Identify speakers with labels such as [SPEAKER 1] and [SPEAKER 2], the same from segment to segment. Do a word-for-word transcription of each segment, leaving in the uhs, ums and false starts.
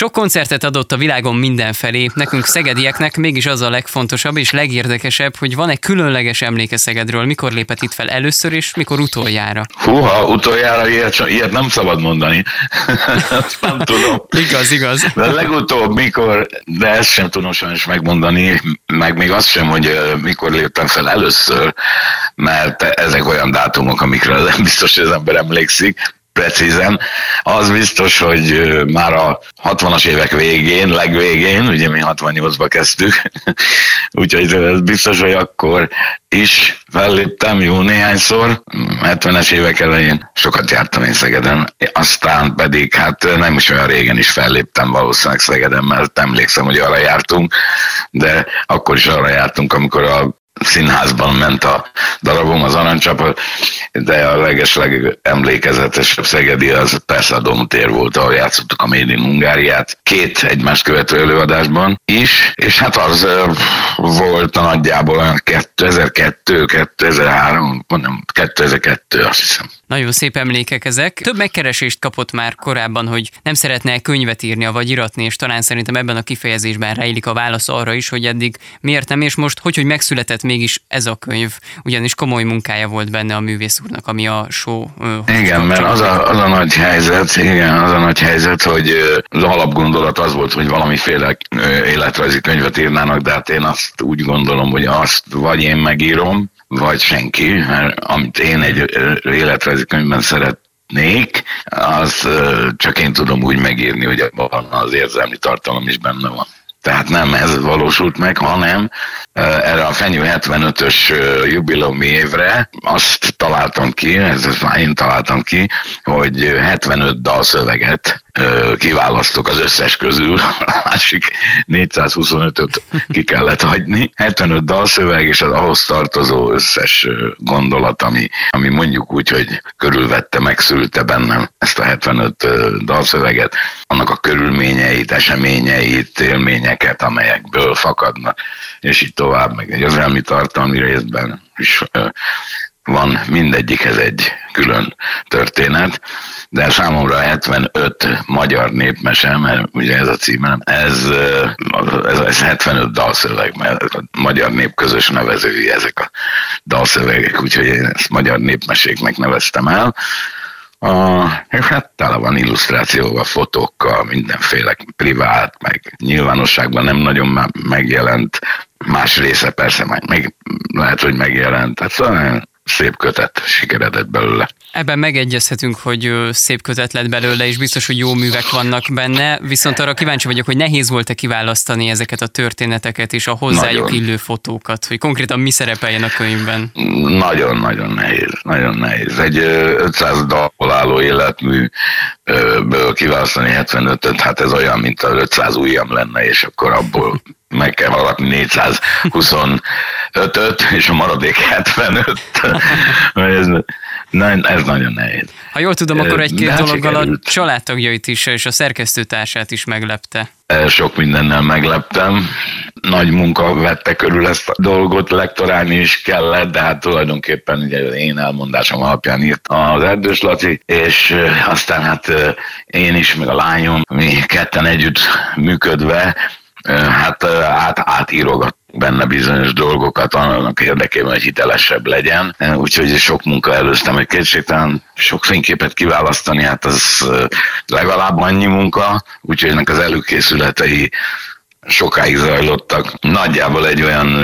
[SPEAKER 1] Sok koncertet adott a világon mindenfelé, nekünk szegedieknek mégis az a legfontosabb és legérdekesebb, hogy van-e különleges emléke Szegedről, mikor lépett itt fel először és mikor utoljára.
[SPEAKER 2] Húha, utoljára ilyet, ilyet nem szabad mondani. Azt nem tudom.
[SPEAKER 1] Igaz, igaz.
[SPEAKER 2] De legutóbb mikor, de ezt sem tudom sajnos megmondani, meg még azt sem, hogy mikor léptem fel először, mert ezek olyan dátumok, amikre nem biztos, hogy az ember emlékszik precízen. Az biztos, hogy már a hatvanas évek végén, legvégén, ugye mi hatvannyolcba kezdtük, úgyhogy ez biztos, hogy akkor is felléptem jó néhányszor, hetvenes évek elején sokat jártam én Szegeden, aztán pedig hát nem is olyan régen is felléptem valószínűleg Szegeden, mert emlékszem, hogy arra jártunk, de akkor is arra jártunk, amikor a színházban ment a darabom, az Aranycsapa, de a legesleg emlékezetesebb szegedi az persze a Domtér volt, ahol játszottuk a Made in Hungáriát, két egymást követő előadásban is, és hát az volt nagyjából olyan kétezer-kettő, kétezer-három, mondom, kétezer-kettő, azt hiszem.
[SPEAKER 1] Nagyon szép emlékek ezek. Több megkeresést kapott már korábban, hogy nem szeretne könyvet írni, vagy iratni, és talán szerintem ebben a kifejezésben rejlik a válasz arra is, hogy eddig miért nem, és most hogy, hogy megszületett mégis ez a könyv, ugyanis komoly munkája volt benne a művész úrnak, ami a show...
[SPEAKER 2] Igen, mert az a, az a nagy helyzet, igen, az a nagy helyzet, hogy az alapgondolat az volt, hogy valamiféle életrajzi könyvet írnának, de hát én azt úgy gondolom, hogy azt vagy én megírom, vagy senki, mert amit én egy életrajzi könyvben szeretnék, az csak én tudom úgy megírni, hogy abban az érzelmi tartalom is benne van. Tehát nem ez valósult meg, hanem erre a Fenyő hetvenötös jubileumi évre azt találtam ki, ezt már én találtam ki, hogy hetvenöt dalszöveget kiválasztok az összes közül, a másik négyszázhuszonötöt ki kellett hagyni. hetvenöt dalszöveg és az ahhoz tartozó összes gondolat, ami, ami mondjuk úgy, hogy körülvette, megszülte bennem ezt a hetvenöt dalszöveget, annak a körülményeit, eseményeit, élményeket, amelyekből fakadnak, és így tovább, meg egy érzelmi tartalmi részben is van mindegyikhez egy külön történet, de számomra hetvenöt magyar népmese, mert ugye ez a címem, ez, ez, ez hetvenöt dalszöveg, mert a magyar nép közös nevezői ezek a dalszövegek, úgyhogy én ezt magyar népmeséknek neveztem el. A, és hát tele van illusztrációval, fotókkal, mindenféle privát, meg nyilvánosságban nem nagyon megjelent, más része persze meg, meg lehet, hogy megjelent, tehát szóval szép kötet sikeredett belőle.
[SPEAKER 1] Ebben megegyezhetünk, hogy szép kötet lett belőle, és biztos, hogy jó művek vannak benne, viszont arra kíváncsi vagyok, hogy nehéz volt-e kiválasztani ezeket a történeteket és a hozzájuk nagyon illő fotókat, hogy konkrétan mi szerepeljen a könyvben?
[SPEAKER 2] Nagyon-nagyon nehéz, nagyon nehéz. Egy ötszáz dalból álló életműből kiválasztani hetvenötöt, hát ez olyan, mint az ötszáz ujjam lenne, és akkor abból meg kell alapni négyszázhuszonötöt, és a maradék hetvenöt. ez, ez nagyon nehéz.
[SPEAKER 1] Ha jól tudom, akkor egy-két hát dologgal a családtagjait is, és a szerkesztőtársát is meglepte.
[SPEAKER 2] Sok mindennel megleptem. Nagy munka vette körül ezt a dolgot, lektorálni is kellett, de hát tulajdonképpen ugye én elmondásom alapján írt az Erdős Laci, és aztán hát én is, meg a lányom, mi ketten együtt működve, hát át, átírogat benne bizonyos dolgokat annak érdekében, hogy hitelesebb legyen. Úgyhogy sok munka előztem, hogy kétségtelen sok fényképet kiválasztani, hát az legalább annyi munka, úgyhogy ennek az előkészületei sokáig zajlottak. Nagyjából egy olyan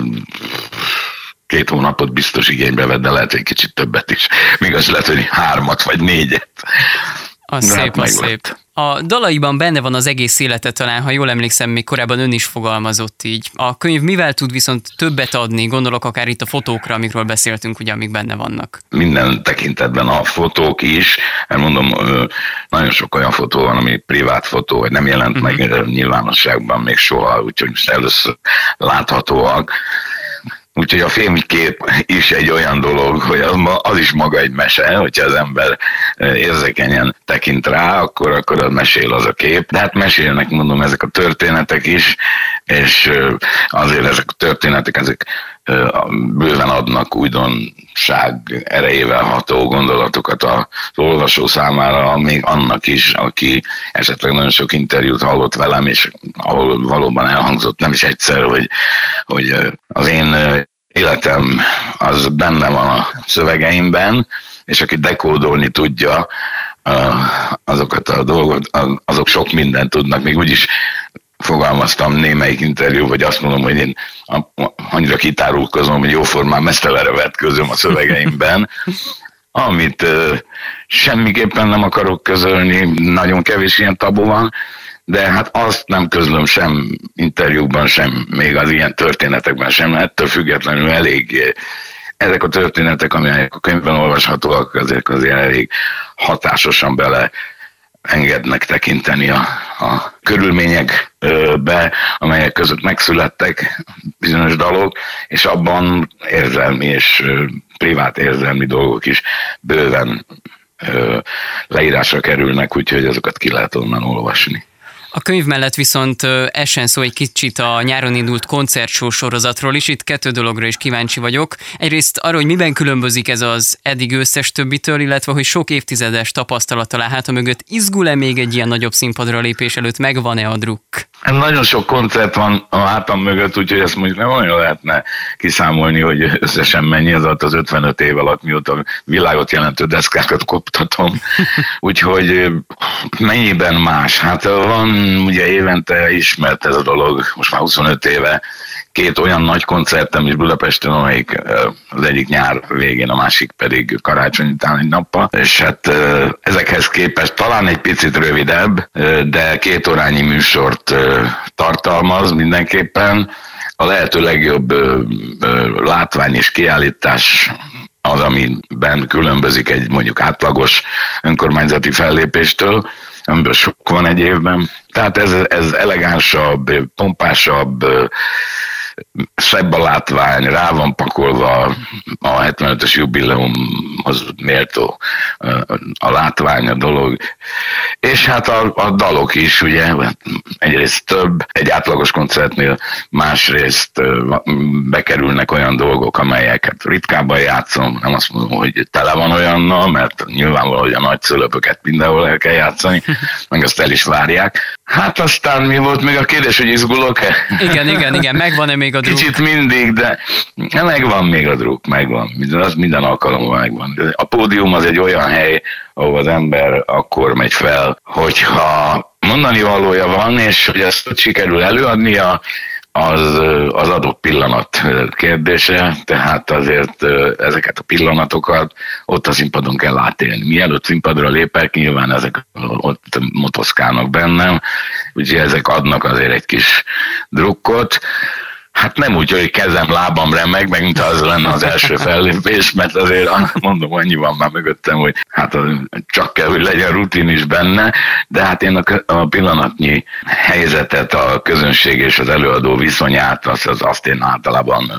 [SPEAKER 2] két hónapot biztos igénybe vett, de lehet egy kicsit többet is. Még az lehet, hogy hármat vagy négyet.
[SPEAKER 1] Az de szép, hát az szép. A dalaiban benne van az egész élete talán, ha jól emlékszem, még korábban ön is fogalmazott így. A könyv mivel tud viszont többet adni, gondolok akár itt a fotókra, amikről beszéltünk, ugye, amik benne vannak? Minden
[SPEAKER 2] tekintetben a fotók is, mert mondom, nagyon sok olyan fotó van, ami privát fotó, vagy nem jelent uh-huh. meg nyilvánosságban még soha, úgyhogy most először láthatóak. Úgyhogy a filmkép is egy olyan dolog, hogy az, az is maga egy mese, hogyha az ember érzékenyen tekint rá, akkor, akkor az mesél az a kép. De hát mesélnek, mondom, ezek a történetek is, és azért ezek a történetek, ezek bőven adnak újdonság erejével ható gondolatokat az olvasó számára, még annak is, aki esetleg nagyon sok interjút hallott velem, és ahol valóban elhangzott nem is egyszer, hogy, hogy az én életem az benne van a szövegeimben, és aki dekódolni tudja azokat a dolgot, azok sok mindent tudnak, még úgyis fogalmaztam némelyik interjú, vagy azt mondom, hogy én annyira kitárulkozom, hogy jóformán mesztelere vetközöm a szövegeimben, amit uh, semmiképpen nem akarok közölni, nagyon kevés ilyen tabu van, de hát azt nem közlöm sem interjúkban, sem még az ilyen történetekben sem, ettől függetlenül elég ezek a történetek, amelyek a könyvben olvashatóak, azért azért elég hatásosan bele engednek tekinteni a, a körülményekbe, amelyek között megszülettek bizonyos dalok, és abban érzelmi és privát érzelmi dolgok is bőven leírásra kerülnek, úgyhogy azokat ki lehet onnan olvasni.
[SPEAKER 1] A könyv mellett viszont essen szó egy kicsit a nyáron indult koncertshow sorozatról is. Itt kettő dologra is kíváncsi vagyok. Egyrészt arra, hogy miben különbözik ez az eddig összes többitől, illetve hogy sok évtizedes tapasztalat talán háta mögött. Izgul-e még egy ilyen nagyobb színpadra lépés előtt? Megvan-e a druk?
[SPEAKER 2] Nagyon sok koncert van a hátam mögött, úgyhogy ezt mondjuk nem olyan lehetne kiszámolni, hogy összesen mennyi az alatt az ötvenöt év alatt, mióta világot jelentő deszkákat koptatom. Úgyhogy mennyiben más? Hát van ugye évente ismert ez a dolog, most már huszonöt éve, két olyan nagy koncertem is Budapesten, amelyik az egyik nyár végén, a másik pedig karácsony után egy nappal, és hát ezekhez képest talán egy picit rövidebb, de két órányi műsort tartalmaz mindenképpen. A lehető legjobb látvány és kiállítás az, amiben különbözik egy mondjuk átlagos önkormányzati fellépéstől, amiből sok van egy évben. Tehát ez, ez elegánsabb, pompásabb, szebb a látvány, rá van pakolva a hetvenötös jubileumhoz méltó a látvány, a dolog. És hát a, a dalok is, ugye, egyrészt több, egy átlagos koncertnél, másrészt bekerülnek olyan dolgok, amelyeket ritkábban játszom, nem azt mondom, hogy tele van olyannal, mert nyilvánvaló, hogy a nagy szülöpöket mindenhol el kell játszani, meg azt el is várják. Hát aztán mi volt még a kérdés, hogy izgulok-e?
[SPEAKER 1] Igen, igen, igen, megvan-e még a druk?
[SPEAKER 2] Kicsit mindig, de megvan még a druk, megvan. Az minden alkalommal megvan. A pódium az egy olyan hely, ahol az ember akkor megy fel, hogyha mondani valója van, és hogy ezt sikerül előadnia, az, az adott pillanat kérdése, tehát azért ezeket a pillanatokat ott a színpadon kell átélni. Mielőtt színpadra lépek, nyilván ezek ott motoszkálnak bennem, úgyhogy ezek adnak azért egy kis drukkot. Hát nem úgy, hogy kezem, lábam remeg, meg mint az lenne az első fellépés, mert azért mondom, annyi van már mögöttem, hogy hát csak kell, hogy legyen rutin is benne, de hát én a pillanatnyi helyzetet, a közönség és az előadó viszonyát, azt, azt én általában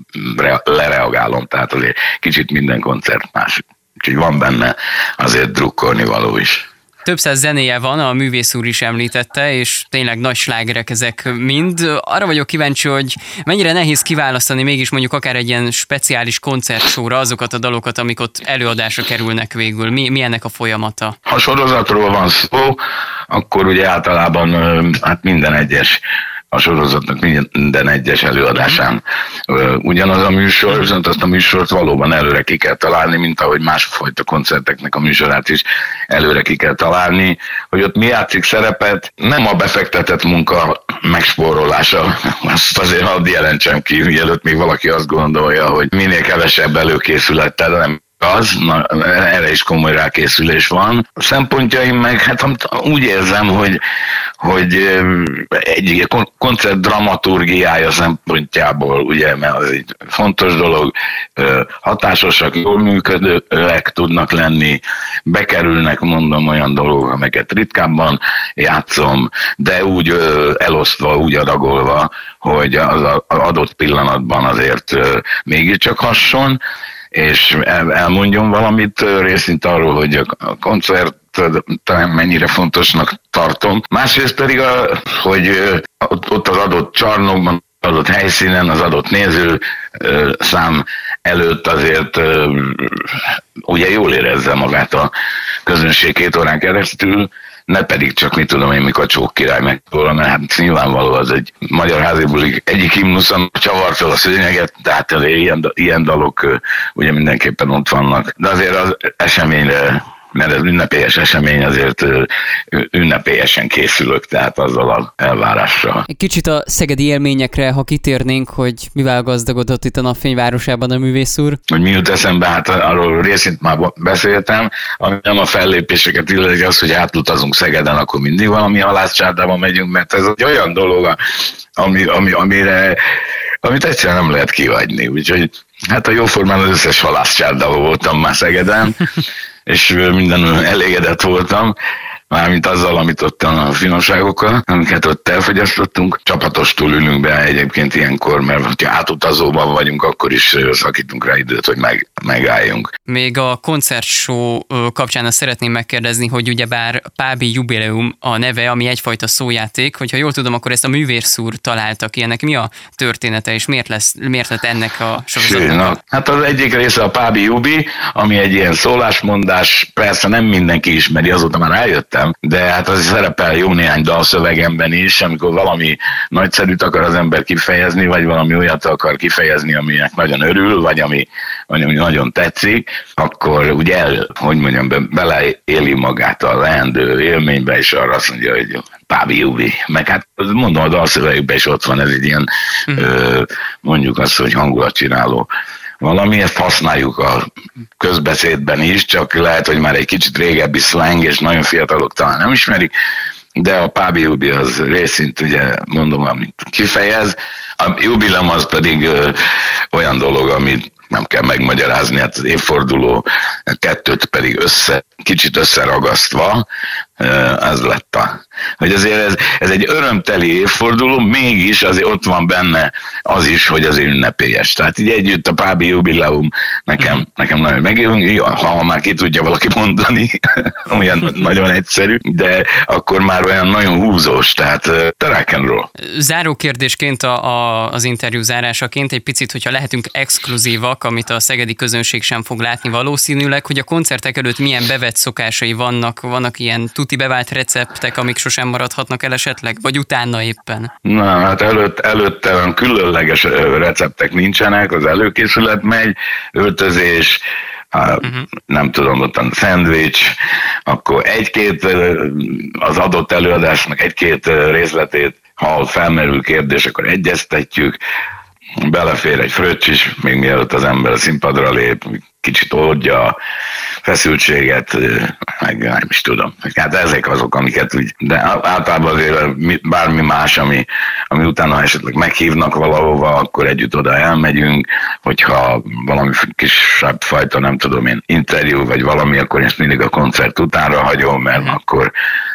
[SPEAKER 2] lereagálom, tehát azért kicsit minden koncert más. Úgyhogy van benne azért drukkolni való is.
[SPEAKER 1] Több száz zenéje van, a művész úr is említette, és tényleg nagy slágerek ezek mind. Arra vagyok kíváncsi, hogy mennyire nehéz kiválasztani mégis mondjuk akár egy ilyen speciális koncertsóra azokat a dalokat, amik ott előadásra kerülnek végül. Mi, mi ennek a folyamata?
[SPEAKER 2] Ha sorozatról van szó, akkor ugye általában hát minden egyes a sorozatnak minden egyes előadásán ugyanaz a műsor, viszont azt a műsort valóban előre ki kell találni, mint ahogy másfajta koncerteknek a műsorát is előre ki kell találni, hogy ott mi játszik szerepet, nem a befektetett munka megspórolása, azt azért hadd jelentsem ki, mielőtt még valaki azt gondolja, hogy minél kevesebb előkészülettel, nem az, na, erre is komoly rákészülés van. A szempontjaim meg, hát úgy érzem, hogy, hogy egy koncert dramaturgiája szempontjából, ugye, mert az egy fontos dolog, hatásosak, jól működőek tudnak lenni, bekerülnek, mondom, olyan dolgok, amelyeket ritkábban játszom, de úgy elosztva, úgy adagolva, hogy az adott pillanatban azért mégiscsak hasson, és elmondjon valamit részint arról, hogy a koncert talán mennyire fontosnak tartom. Másrészt pedig, a, hogy ott az adott csarnokban, az adott helyszínen, az adott néző szám előtt azért ugye jól érezze magát a közönség két órán keresztül, ne pedig csak, mit tudom én, mikor Csók király megtól, mert hát nyilvánvaló az egy magyar házibuli egyik himnuszon csavar fel a szőnyeget, de hát ilyen, ilyen dalok ugye mindenképpen ott vannak. De azért az eseményre, mert ez ünnepélyes esemény, azért ünnepélyesen készülök, tehát azzal az elvárással.
[SPEAKER 1] Egy kicsit a szegedi élményekre, ha kitérnénk, hogy mivel gazdagodott itt a Napfényvárosában a művész úr?
[SPEAKER 2] Hogy mi jut eszembe, hát arról részint már beszéltem, ami nem a fellépéseket illeti, az, hogy átutazunk Szegeden, akkor mindig valami halászcsárdában megyünk, mert ez egy olyan dolog, ami, ami, amire, amit egyszerűen nem lehet kihagyni. Úgyhogy hát a jóformán az összes halászcsárdában voltam már Szegeden, és mindenül elégedett voltam, mármint azzal, amit ott a finomságokkal, amiket ott elfogyasztottunk. Csapatostul ülünk be egyébként ilyenkor, mert ha átutazóban vagyunk, akkor is szakítunk rá időt, hogy meg, megálljunk.
[SPEAKER 1] Még a koncertshow kapcsán azt szeretném megkérdezni, hogy ugyebár Pábi Jubileum a neve, ami egyfajta szójáték, hogyha jól tudom, akkor ezt a művész úr találta ki. Ennek mi a története, és miért, lesz, miért lett ennek a sorozatnak?
[SPEAKER 2] Hát az egyik része a Pábi Jubi, ami egy ilyen szólásmondás, persze nem mindenki ismeri, azóta már eljöttem, de hát az szerepel jó néhány dalszövegemben is, amikor valami nagyszerűt akar az ember kifejezni, vagy valami olyat akar kifejezni, aminek nagyon örül, vagy ami, vagy ami nagyon tetszik, akkor ugye el, hogy mondjam, be, beleéli magát a leendő élménybe, és arra azt mondja, hogy Pábi Jubi. Meg hát mondom, a dalszövegekben is ott van, ez egy ilyen, mm. ö, mondjuk azt, hogy hangulatcsináló valami, ezt használjuk a közbeszédben is, csak lehet, hogy már egy kicsit régebbi slang, és nagyon fiatalok talán nem ismerik, de a Pábi Jubi az részint, ugye mondom, amit kifejez, a jubilem az pedig ö, olyan dolog, amit nem kell megmagyarázni, hát az évforduló kettőt pedig össze, kicsit összeragasztva, ez lett a... Hogy azért ez, ez egy örömteli évforduló, mégis azért ott van benne az is, hogy az ünnepélyes. Tehát így együtt a Pábi Jubileum nekem, nekem nagyon megjön, ha már ki tudja valaki mondani, olyan nagyon egyszerű, de akkor már olyan nagyon húzós, tehát the rock and roll.
[SPEAKER 1] Záró kérdésként a, a, az interjú zárásaként egy picit, hogyha lehetünk exkluzívak, amit a szegedi közönség sem fog látni valószínűleg, hogy a koncertek előtt milyen bevett szokásai vannak, vannak ilyen tuti bevált receptek, amik sosem maradhatnak el esetleg, vagy utána éppen?
[SPEAKER 2] Na, hát előtt, előtte különleges receptek nincsenek, az előkészület megy, öltözés, uh-huh. nem tudom, ott a szendvics, akkor egy-két az adott előadásnak egy-két részletét, ha felmerül kérdés, akkor egyeztetjük, belefér egy fröccs is, még mielőtt az ember a színpadra lép, kicsit oldja a feszültséget, meg nem is tudom. Hát ezek azok, amiket úgy, de általában azért bármi más, ami, ami utána esetleg meghívnak valahova, akkor együtt oda elmegyünk, hogyha valami kisebb fajta, nem tudom én, interjú vagy valami, akkor ezt mindig a koncert utánra hagyom, mert akkor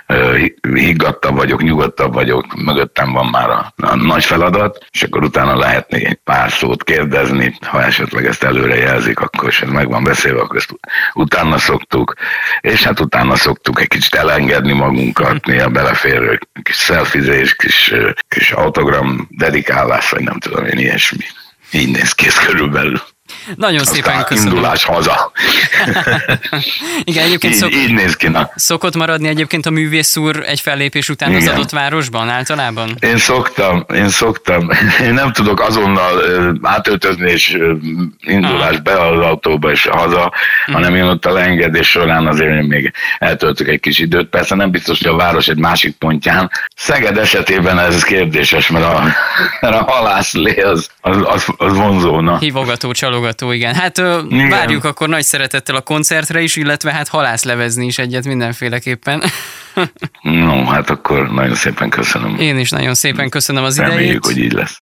[SPEAKER 2] higgadtabb vagyok, nyugodtabb vagyok, mögöttem van már a, a nagy feladat, és akkor utána lehetne pár szót kérdezni, ha esetleg ezt előre jelzik, akkor és ez meg van beszélve, akkor ezt utána szoktuk, és hát utána szoktuk egy kicsit elengedni magunkat, néha belefér kis szelfizés, kis, kis autogram dedikálás, vagy nem tudom én, ilyesmi. Így néz ki ez körülbelül.
[SPEAKER 1] Nagyon
[SPEAKER 2] aztán
[SPEAKER 1] szépen köszönöm.
[SPEAKER 2] Indulás haza.
[SPEAKER 1] Igen, egyébként
[SPEAKER 2] így,
[SPEAKER 1] szok...
[SPEAKER 2] így néz ki. Na.
[SPEAKER 1] Szokott maradni egyébként a művész úr egy fellépés után Igen. az adott városban általában?
[SPEAKER 2] Én szoktam, én szoktam. Én nem tudok azonnal átöltözni és indulás ah. be az autóba és haza, mm. hanem én ott a leengedés során azért még eltöltök egy kis időt. Persze nem biztos, hogy a város egy másik pontján. Szeged esetében ez kérdéses, mert a, mert a halászlé az, az, az, az vonzóna.
[SPEAKER 1] Hívogató, csalogató, igen. Hát igen. Várjuk akkor nagy szeretettel a koncertre is, illetve hát halászlevezni is egyet mindenféleképpen.
[SPEAKER 2] No, hát akkor nagyon szépen köszönöm.
[SPEAKER 1] Én is nagyon szépen köszönöm az idejét.
[SPEAKER 2] Reméljük, hogy így lesz.